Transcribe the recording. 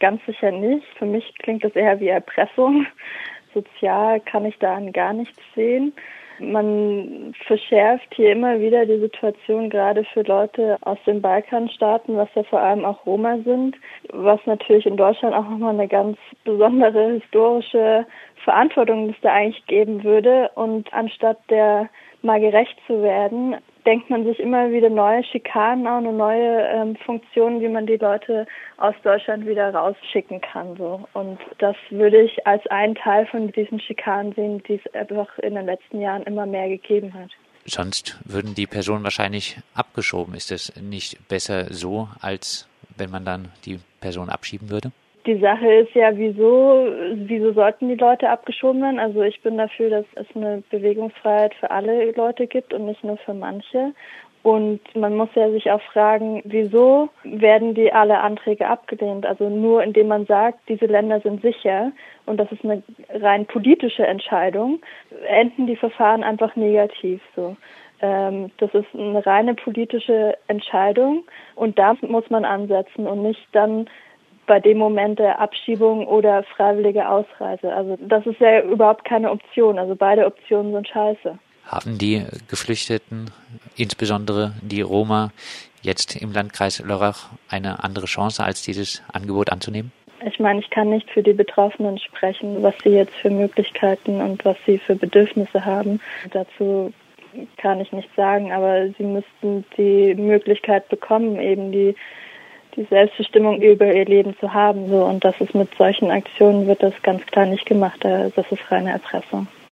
ganz sicher nicht. Für mich klingt das eher wie Erpressung. Sozial kann ich da an gar nichts sehen. Man verschärft hier immer wieder die Situation, gerade für Leute aus den Balkanstaaten, was ja vor allem auch Roma sind, was natürlich in Deutschland auch nochmal eine ganz besondere historische Verantwortung es da eigentlich geben würde. Und anstatt der mal gerecht zu werden, denkt man sich immer wieder neue Schikanen auch und neue Funktionen, wie man die Leute aus Deutschland wieder rausschicken kann. So. Und das würde ich als einen Teil von diesen Schikanen sehen, die es einfach in den letzten Jahren immer mehr gegeben hat. Sonst würden die Personen wahrscheinlich abgeschoben. Ist es nicht besser so, als wenn man dann die Person abschieben würde? Die Sache ist ja, wieso sollten die Leute abgeschoben werden? Also ich bin dafür, dass es eine Bewegungsfreiheit für alle Leute gibt und nicht nur für manche. Und man muss ja sich auch fragen, wieso werden die alle Anträge abgelehnt? Also nur indem man sagt, diese Länder sind sicher und das ist eine rein politische Entscheidung, enden die Verfahren einfach negativ so. Das ist eine reine politische Entscheidung und da muss man ansetzen und nicht dann bei dem Moment der Abschiebung oder freiwillige Ausreise. Also das ist ja überhaupt keine Option. Also beide Optionen sind scheiße. Haben die Geflüchteten, insbesondere die Roma, jetzt im Landkreis Lörrach eine andere Chance, als dieses Angebot anzunehmen? Ich meine, ich kann nicht für die Betroffenen sprechen, was sie jetzt für Möglichkeiten und was sie für Bedürfnisse haben. Dazu kann ich nichts sagen, aber sie müssten die Möglichkeit bekommen, eben die Selbstbestimmung über ihr Leben zu haben. So. Und das ist mit solchen Aktionen wird das ganz klar nicht gemacht. Das ist reine Erpressung.